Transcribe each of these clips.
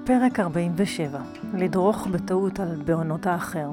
פרק 47, לדרוך בטעות על בעונות האחר.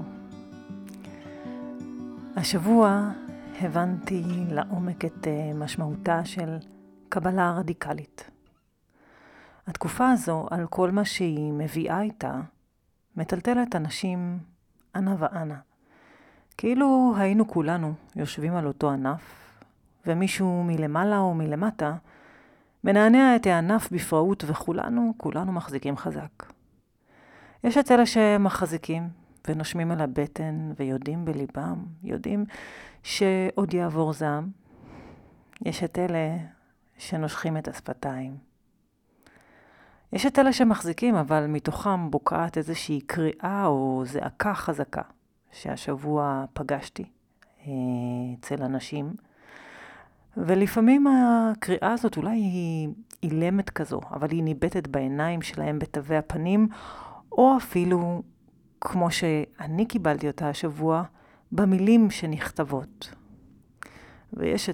השבוע הבנתי לעומק את משמעותה של קבלה רדיקלית. התקופה הזו, על כל מה שהיא מביאה איתה, מטלטלת אנשים ענה וענה. כאילו היינו כולנו יושבים על אותו ענף, ומישהו מלמעלה או מלמטה מנענע את הענף בפראות, וכולנו מחזיקים חזק. יש את אלה שמחזיקים ונושמים על הבטן ויודעים בליבם, יודעים שעוד יעבור זעם. יש את אלה שנושכים את השפתיים. יש את אלה שמחזיקים, אבל מתוכם בוקעת איזושהי קריאה או זעקה חזקה, שהשבוע פגשתי אצל אנשים. ולפעמים הקריאה הזאת אולי היא אילמת כזו, אבל היא ניבטת בעיניים שלהם בתווי הפנים, או אפילו, כמו שאני קיבלתי אותה השבוע, במילים שנכתבות. ויש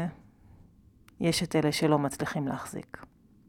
את אלה שלא מצליחים להחזיק.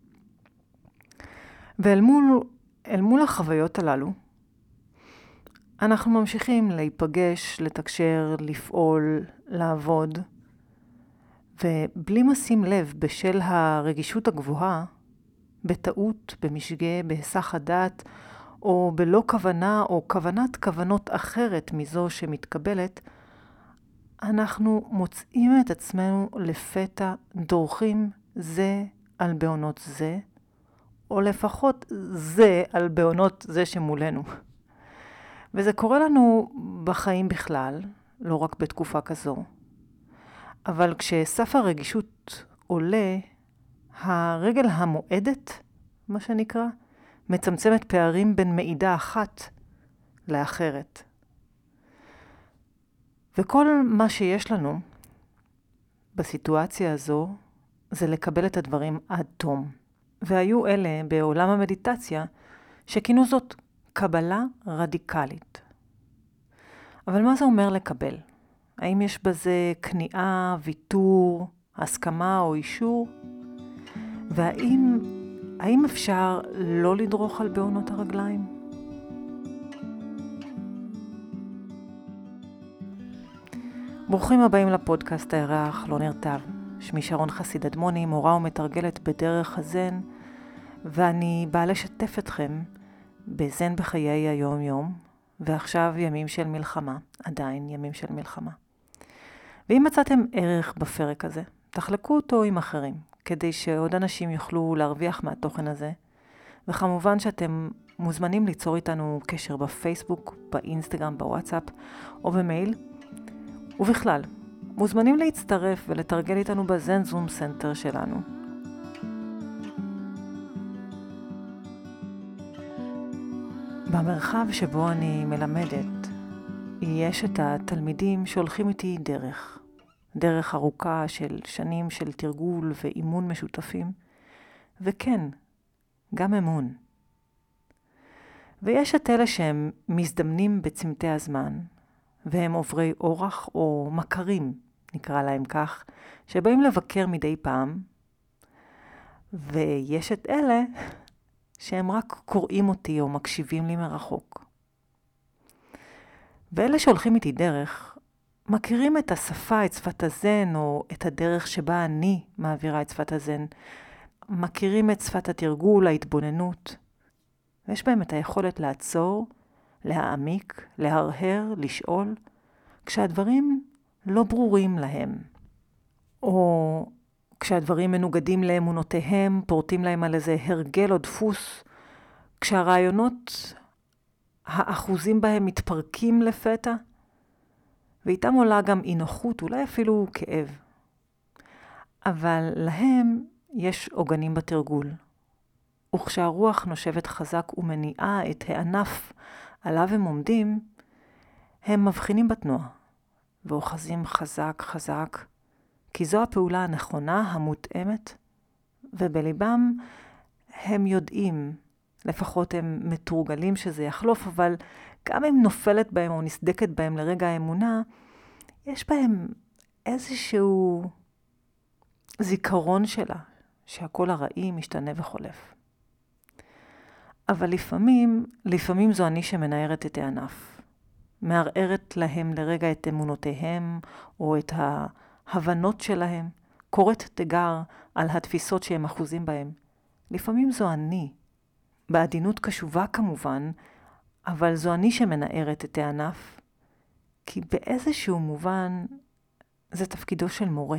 ואל מול החוויות הללו, אנחנו ממשיכים להיפגש, לתקשר, לפעול, לעבוד, ובלי משים לב בשל הרגישות הגבוהה, בטעות, במשגה, בהיסח הדעת, או בלא כוונה או כוונות אחרת מזו שמתקבלת, אנחנו מוצאים את עצמנו לפתע דורכים זה על בעונות זה, או לפחות זה על בעונות זה שמולנו. וזה קורה לנו בחיים בכלל, לא רק בתקופה כזו. אבל כשסף הרגישות עולה, הרגל המועדת, מה שנקרא, מצמצמת פערים בין מעידה אחת לאחרת. וכל מה שיש לנו בסיטואציה הזו, זה לקבל את הדברים עד תום. והיו אלה בעולם המדיטציה שכינו זאת קבלה רדיקלית. אבל מה זה אומר לקבל? האם יש בזה כניעה, ויתור, הסכמה או אישור? והאם אפשר לא לדרוך על בעונות הרגליים? ברוכים הבאים לפודקאסט הירח לא נרטב. שמי שרון חסיד אדמוני, מורה ומתרגלת בדרך הזן, ואני באה לשתף אתכם בזן בחיי היום יום, ועכשיו ימים של מלחמה, עדיין ימים של מלחמה. ואם מצאתם ערך בפרק הזה, תחלקו אותו עם אחרים, כדי שעוד אנשים יוכלו להרוויח מהתוכן הזה. וכמובן שאתם מוזמנים ליצור איתנו קשר בפייסבוק, באינסטגרם, בוואטסאפ או במייל. ובכלל, מוזמנים להצטרף ולתרגל איתנו בזן זום סנטר שלנו. במרחב שבו אני מלמדת, יש את התלמידים שהולכים איתי דרך ארוכה של שנים של תרגול ואימון משותפים, וכן, גם אמון. ויש את אלה שהם מזדמנים בצמתי הזמן, והם עוברי אורח או מכרים, נקרא להם כך, שבאים לבקר מדי פעם, ויש את אלה שהם רק קוראים אותי או מקשיבים לי מרחוק. ואלה שהולכים איתי דרך, מכירים את השפה, את שפת הזן, או את הדרך שבה אני מעבירה את שפת הזן. מכירים את שפת התרגול, ההתבוננות. ויש בהם את היכולת לעצור, להעמיק, להרהר, לשאול, כשהדברים לא ברורים להם. או כשהדברים מנוגדים לאמונותיהם, פורטים להם על איזה הרגל או דפוס, כשהרעיונות, האחוזים בהם מתפרקים לפתע, ואיתם עולה גם אי-נוחות, אולי אפילו כאב. אבל להם יש עוגנים בתרגול. וכשהרוח נושבת חזק ומניעה את הענף עליו הם עומדים, הם מבחינים בתנועה, ואוחזים חזק, כי זו הפעולה הנכונה, המותאמת, ובליבם הם יודעים, לפחות הם מתורגלים שזה יחלוף, אבל גם אם נופלת בהם או נסדקת בהם לרגע האמונה, יש בהם איזשהו זיכרון שלה, שהכל הראי משתנה וחולף. אבל לפעמים זו אני שמנערת את הענף. מערערת להם לרגע את אמונותיהם או את ההבנות שלהם. קוראת תיגר על התפיסות שהם אחוזים בהם. לפעמים זו אני, בעדינות קשובה כמובן, אבל זו אני שמנערת את הענף, כי באיזשהו מובן זה תפקידו של מורה.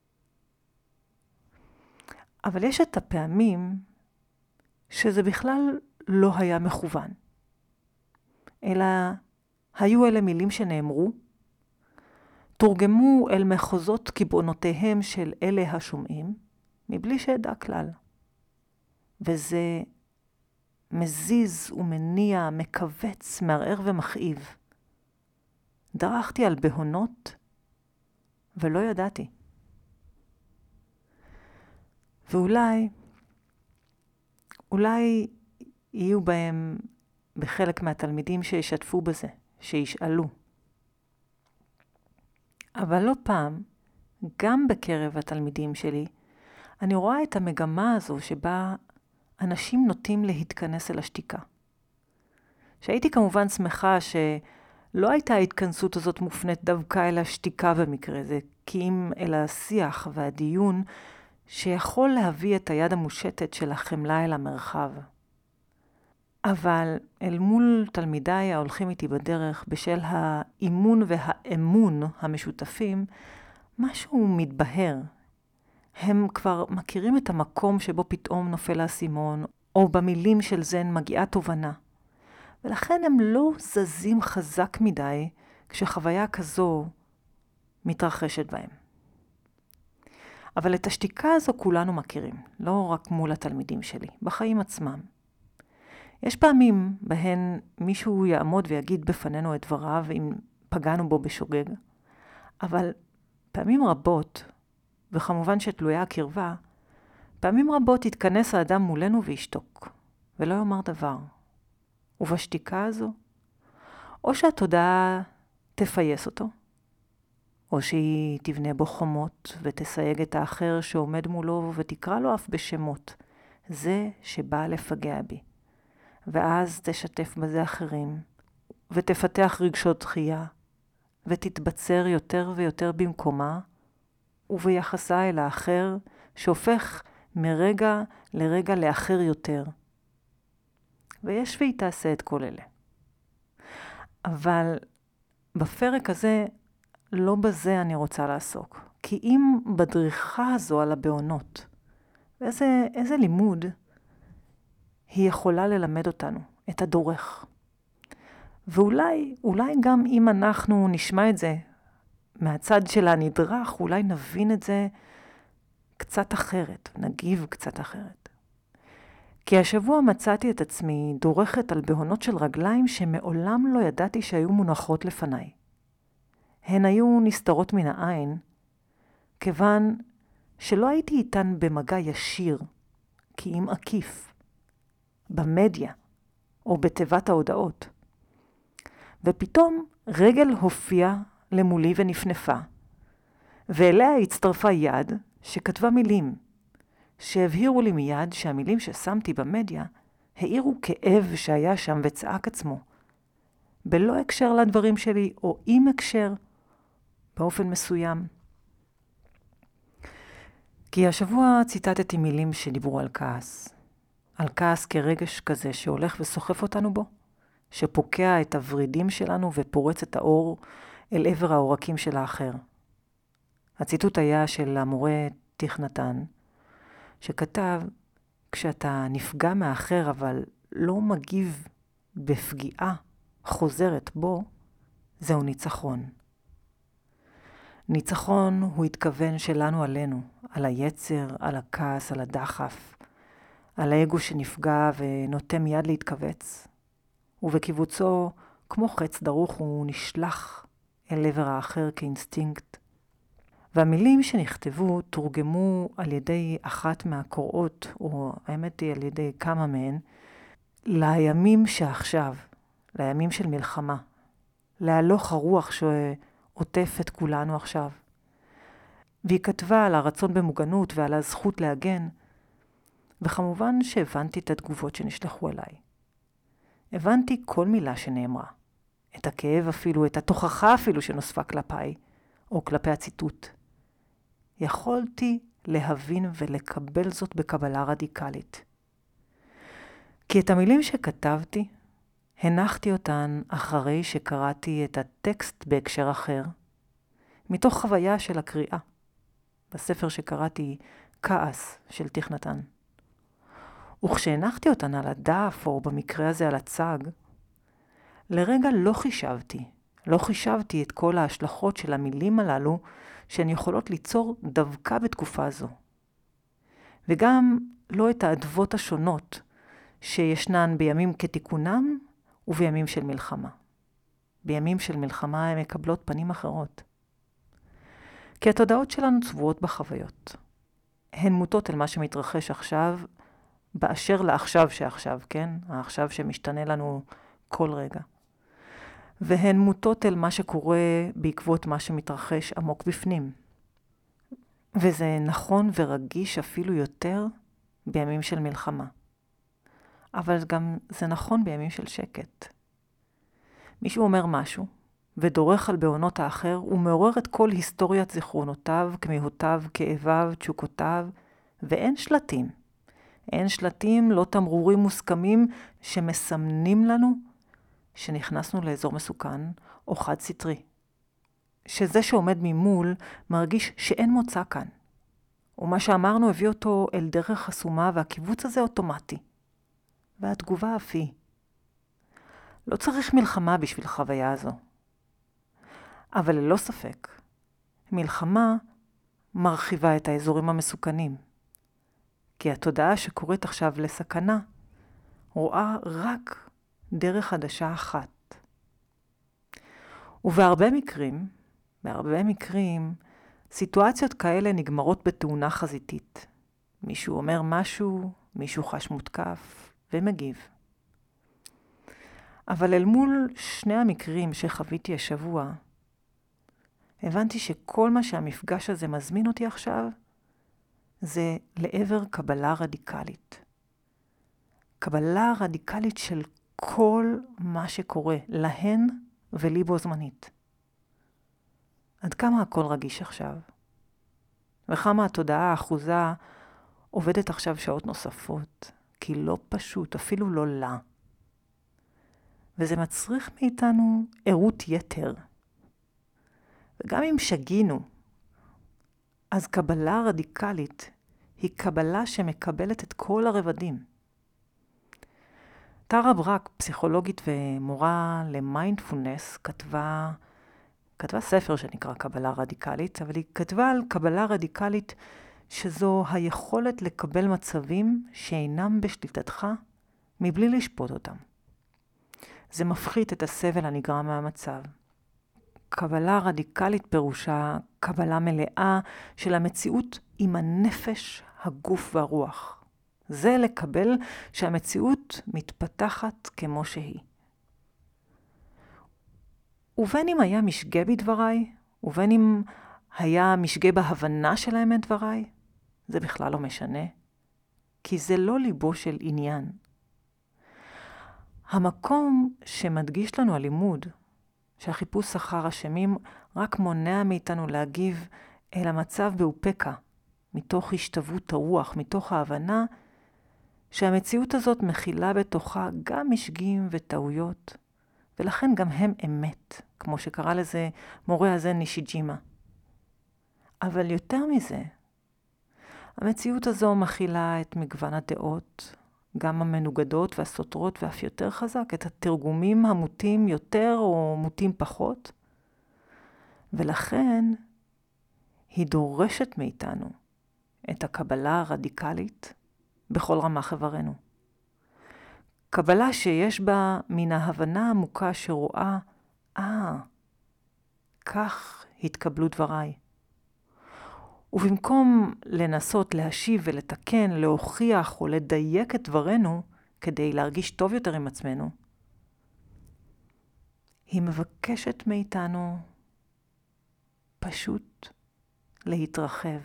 אבל יש את הפעמים שזה בכלל לא היה מכוון, אלא היו אלה מילים שנאמרו, תורגמו אל מחוזות קיבעונותיהם של אלה השומעים, מבלי שידע כלל. וזה מזיז ומניע, מקבץ, מערער ומכאיב. דרכתי על בהונות ולא ידעתי. ואולי יהיו בהם בחלק מהתלמידים שישתפו בזה, שישאלו. אבל לא פעם, גם בקרב התלמידים שלי, אני רואה את המגמה הזו שבה אנשים נוטים להתכנס אל השתיקה. שהייתי כמובן שמחה שלא הייתה ההתכנסות הזאת מופנית דווקא אל השתיקה במקרה זה, כי אם אל השיח והדיון שיכול להביא את היד המושטת של החמלה אל המרחב. אבל אל מול תלמידיי ההולכים איתי בדרך, בשל האימון והאמון המשותפים, משהו מתבהר. הם כבר מכירים את המקום שבו פתאום נופל האסימון, או במילים של זן מגיעה תובנה. ולכן הם לא זזים חזק מדי כשחוויה כזו מתרחשת בהם. אבל את השתיקה הזו כולנו מכירים, לא רק מול התלמידים שלי, בחיים עצמם. יש פעמים בהן מישהו יעמוד ויגיד בפנינו את דבריו אם פגענו בו בשוגג, אבל פעמים רבות, וכמובן שתלויה הקרבה, פעמים רבות יתכנס האדם מולנו וישתוק, ולא יאמר דבר. ובשתיקה הזו, או שהתודעה תפייס אותו, או שהיא תבנה בו חומות ותסייג את האחר שעומד מולו ותקרא לו אף בשמות, זה שבא לפגע בי. ואז תשתף בזה אחרים, ותפתח רגשות דחייה, ותתבצר יותר ויותר במקומה, וביחסה אל האחר שהופך מרגע לרגע לאחר יותר. ויש והיא תעשה את כל אלה. אבל בפרק הזה, לא בזה אני רוצה לעסוק. כי אם בדריכה הזו על הבעונות, איזה לימוד היא יכולה ללמד אותנו, את הדורך. ואולי גם אם אנחנו נשמע את זה מהצד של הנדרך, אולי נבין את זה קצת אחרת, נגיב קצת אחרת. כי השבוע מצאתי את עצמי דורכת על בהונות של רגליים שמעולם לא ידעתי שהיו מונחות לפניי. הן היו נסתרות מן העין, כיוון שלא הייתי איתן במגע ישיר, כי אם עקיף, במדיה או בתיבת ההודעות. ופתאום רגל הופיעה למולי ונפנפה, ואליה הצטרפה יד שכתבה מילים, שהבהירו לי מיד שהמילים ששמתי במדיה העירו כאב שהיה שם וצעק עצמו, בלא הקשר לדברים שלי או עם הקשר, באופן מסוים. כי השבוע ציטטתי מילים שדיברו על כעס. על כעס כרגש כזה שהולך וסוחף אותנו בו, שפוקע את הורידים שלנו ופורץ את האור אל עבר העורקים של האחר. הציטוט היה של המורה תכנתן, שכתב, כשאתה נפגע מהאחר אבל לא מגיב בפגיעה חוזרת בו, זהו ניצחון. ניצחון הוא התכוון שלנו עלינו, על היצר, על הכעס, על הדחף, על האגו שנפגע ונוטה מיד להתכווץ. ובקיבוצו, כמו חץ דרוך, הוא נשלח אל עבר האחר כאינסטינקט. והמילים שנכתבו תורגמו על ידי אחת מהקוראות, או האמת היא על ידי כמה מהן, לימים שעכשיו, לימים של מלחמה, להלוך הרוח שעוטף את כולנו עכשיו. והיא כתבה על הרצון במוגנות ועל הזכות להגן, וכמובן שהבנתי את התגובות שנשלחו אליי. הבנתי כל מילה שנאמרה. את הכאב אפילו, את התוכחה אפילו שנוספה כלפיי, או כלפי הציטוט. יכולתי להבין ולקבל זאת בקבלה רדיקלית. כי את המילים שכתבתי, הנחתי אותן אחרי שקראתי את הטקסט בהקשר אחר, מתוך חוויה של הקריאה, בספר שקראתי כעס של תיך נתן. וכשהנחתי אותן על הדף, או במקרה הזה על הצג, לרגע לא חישבתי את כל ההשלכות של המילים הללו שהן יכולות ליצור דווקא בתקופה זו. וגם לא את האדוות השונות שישנן בימים כתיקונם ובימים של מלחמה. בימים של מלחמה הן מקבלות פנים אחרות. כי התודעות שלנו צבועות בחוויות. הן מוטות אל מה שמתרחש עכשיו, באשר לעכשיו שעכשיו, כן? העכשיו שמשתנה לנו כל רגע. והן מוטות אל מה שקורה בעקבות מה שמתרחש עמוק בפנים. וזה נכון ורגיש אפילו יותר בימים של מלחמה. אבל גם זה נכון בימים של שקט. מישהו אומר משהו, ודורך על בעונות האחר, ומעורר את כל היסטוריית זיכרונותיו, כמיהותיו, כאביו, תשוקותיו, ואין שלטים. אין שלטים, לא תמרורים מוסכמים שמסמנים לנו שנכנסנו לאזור מסוכן או חד סטרי. שזה שעומד ממול מרגיש שאין מוצא כאן. ומה שאמרנו הביא אותו אל דרך חסומה, והקיבוץ הזה אוטומטי. והתגובה אף היא. לא צריך מלחמה בשביל חוויה הזו. אבל ללא ספק, מלחמה מרחיבה את האזורים המסוכנים. כי התודעה שקורית עכשיו לסכנה, רואה רק דרך חדשה אחת. ובהרבה מקרים, סיטואציות כאלה נגמרות בתאונה חזיתית. מישהו אומר משהו, מישהו חש מותקף ומגיב. אבל אל מול שני המקרים שחוויתי השבוע, הבנתי שכל מה שהמפגש הזה מזמין אותי עכשיו, זה לעבר קבלה רדיקלית. קבלה רדיקלית של כל מה שקורה להן ולי בו זמנית. עד כמה הכל רגיש עכשיו? וכמה התודעה האחוזה עובדת עכשיו שעות נוספות, כי לא פשוט, אפילו לא לה. וזה מצריך מאיתנו ערות יתר. וגם אם שגינו, אז קבלה רדיקלית היא קבלה שמקבלת את כל הרבדים. טרה ברק, פסיכולוגית ומורה למיינדפולנס, כתבה ספר שנקרא קבלה רדיקלית, אבל היא כתבה על קבלה רדיקלית שזו היכולת לקבל מצבים שאינם בשליטתך מבלי לשפוט אותם. זה מפחית את הסבל הנגרם מהמצב. קבלה רדיקלית פירושה קבלה מלאה של המציאות עם הנפש, הגוף והרוח. זה לקבל שהמציאות מתפתחת כמו שהיא. ובין אם היה משגה בדבריי, ובין אם היה משגה בהבנה שלהם את דבריי, זה בכלל לא משנה, כי זה לא ליבו של עניין. המקום שמדגיש לנו הלימוד, שהחיפוש אחר אשמים רק מונע מאיתנו להגיב אל המצב באופקה, מתוך השתוות הרוח, מתוך ההבנה שהמציאות הזאת מכילה בתוכה גם משגים וטעויות, ולכן גם הם אמת, כמו שקרא לזה מורה הזה נישיג'ימה. אבל יותר מזה, המציאות הזו מכילה את מגוון הדעות, גם המנוגדות והסותרות, ואף יותר חזק, את התרגומים המוטים יותר או מוטים פחות. ולכן היא דורשת מאיתנו את הקבלה הרדיקלית בכל רמה חברנו. קבלה שיש בה מן ההבנה העמוקה שרואה, כך התקבלו דבריי. ובמקום לנסות להשיב ולתקן, להוכיח או לדייק את דברנו כדי להרגיש טוב יותר עם עצמנו, היא מבקשת מאיתנו פשוט להתרחב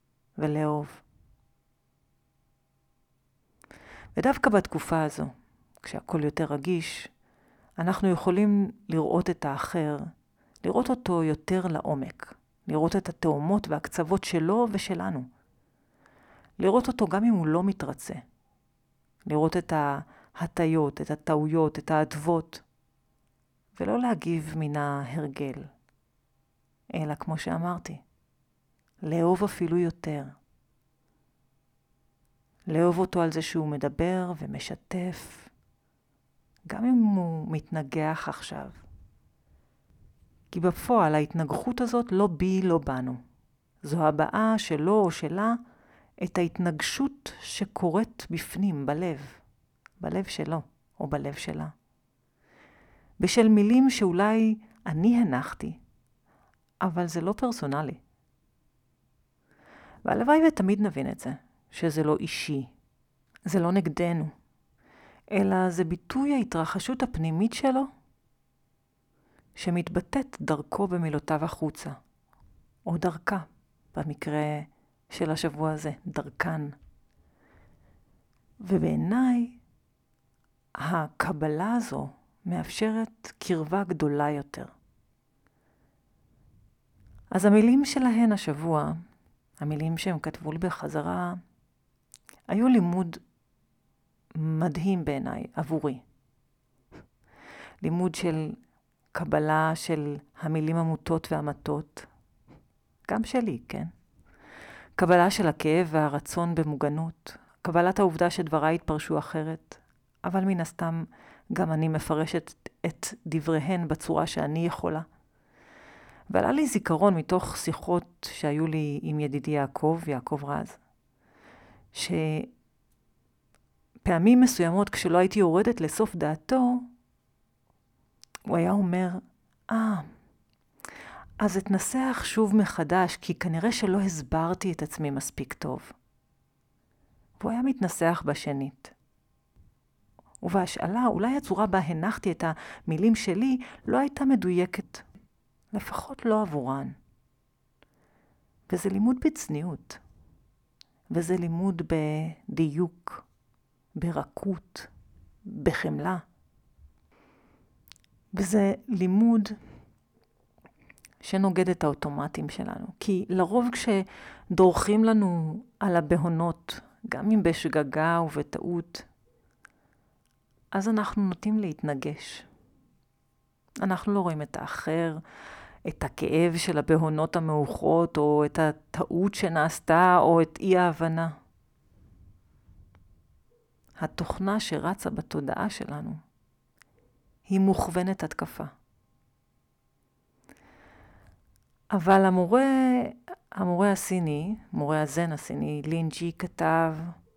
ולאהוב. ודווקא בתקופה הזו, כשהכל יותר רגיש, אנחנו יכולים לראות את האחר, לראות אותו יותר לעומק, לראות את התאומות והקצוות שלו ושלנו. לראות אותו גם אם הוא לא מתרצה. לראות את ההטיות, את הטעויות, את העדבות, ולא להגיב מן ההרגל, אלא כמו שאמרתי, לאהוב אפילו יותר. לאהוב אותו על זה שהוא מדבר ומשתף, גם אם הוא מתנגח עכשיו. כי בפועל ההתנגחות הזאת לא בי, לא בנו. זו הבאה שלו או שלה את ההתנגשות שקורית בפנים, בלב שלו או בלב שלה. בשל מילים שאולי אני הנחתי, אבל זה לא פרסונלי. והלוואי ותמיד נבין את זה, שזה לא אישי, זה לא נגדנו, אלא זה ביטוי ההתרחשות הפנימית שלו, שמתבטאת דרכו במילותיו החוצה, או דרכה, במקרה של השבוע הזה, דרכן. ובעיניי, הקבלה הזו מאפשרת קרבה גדולה יותר. אז המילים שלהן השבוע, המילים שהם כתבו לי בחזרה, היו לימוד מדהים בעיניי, עבורי. לימוד של קבלה של המילים המוטות והמתות, גם שלי, כן? קבלה של הכאב והרצון במוגנות, קבלת העובדה שדבריי התפרשו אחרת, אבל מן הסתם גם אני מפרשת את דבריהן בצורה שאני יכולה. ועלה לי זיכרון מתוך שיחות שהיו לי עם ידידי יעקב רז, שפעמים מסוימות כשלא הייתי יורדת לסוף דעתו, הוא היה אומר, אז אתנסח שוב מחדש, כי כנראה שלא הסברתי את עצמי מספיק טוב. והוא היה מתנסח בשנית. ובהשאלה, אולי הצורה בה הנחתי את המילים שלי לא הייתה מדויקת, לפחות לא עבורן. וזה לימוד בצניעות, וזה לימוד בדיוק, ברכות, בחמלה. וזה לימוד שנוגד את האוטומטים שלנו. כי לרוב כשדורכים לנו על הבהונות, גם אם בשגגה ובטעות, אז אנחנו נוטים להתנגש. אנחנו לא רואים את האחר, את הכאב של הבהונות המאוחרות, או את הטעות שנעשתה, או את אי ההבנה. התוכנה שרצה בתודעה שלנו, היא מוכוונת התקפה. אבל המורה הסיני, מורה הזן הסיני, לין ג'י כתב,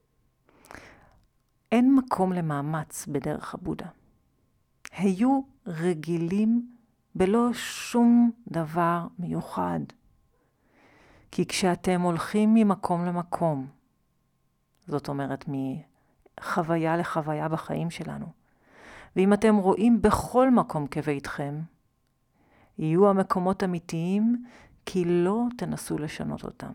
אין מקום למאמץ בדרך הבודה. היו רגילים בלא שום דבר מיוחד. כי כשאתם הולכים ממקום למקום, זאת אומרת מחוויה לחוויה בחיים שלנו, ואם אתם רואים בכל מקום כביתכם, יהיו המקומות אמיתיים, כי לא תנסו לשנות אותם.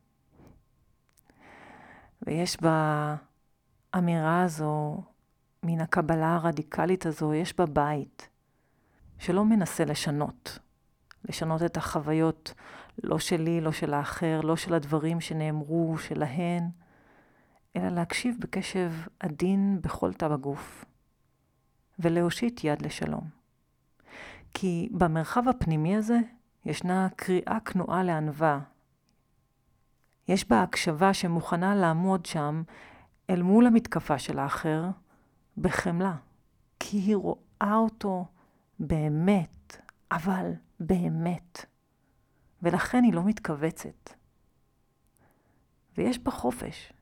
ויש באמירה הזו, מן הקבלה הרדיקלית הזו, יש בה בית שלא מנסה לשנות את החוויות, לא שלי, לא של האחר, לא של הדברים שנאמרו, שלהן, אלא להקשיב בקשב עדין בכל תא בגוף, ולהושיט יד לשלום. כי במרחב הפנימי הזה ישנה קריאה כנועה לענווה. יש בה הקשבה שמוכנה לעמוד שם אל מול המתקפה של האחר בחמלה. כי היא רואה אותו באמת, אבל באמת. ולכן היא לא מתכווצת. ויש בה חופש.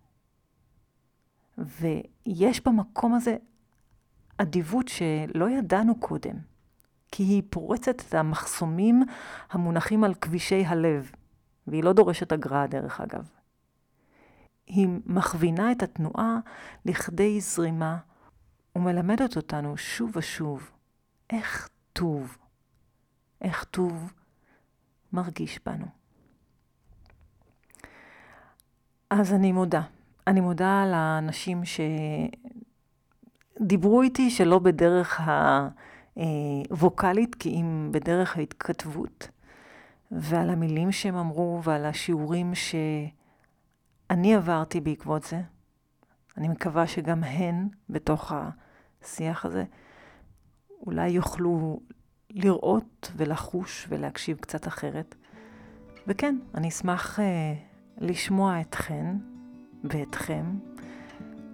ויש במקום הזה אדיבות שלא ידענו קודם. כי היא פורצת את המחסומים המונחים על כבישי הלב, והיא לא דורשת אגרה דרך אגב. היא מכווינה את התנועה לכדי זרימה, ומלמדת אותנו שוב ושוב איך טוב מרגיש בנו. אז אני מודה לאנשים דיברו איתי שלא בדרך הווקלית, כי אם בדרך ההתכתבות, ועל המילים שהם אמרו ועל השיעורים שאני עברתי בעקבות זה. אני מקווה שגם הן בתוך השיח הזה אולי יוכלו לראות ולחוש ולהקשיב קצת אחרת. וכן, אני אשמח לשמוע אתכן ואתכם.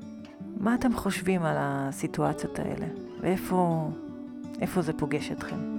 מה אתם חושבים על הסיטואציות האלה? ואיפה זה פוגש אתכם?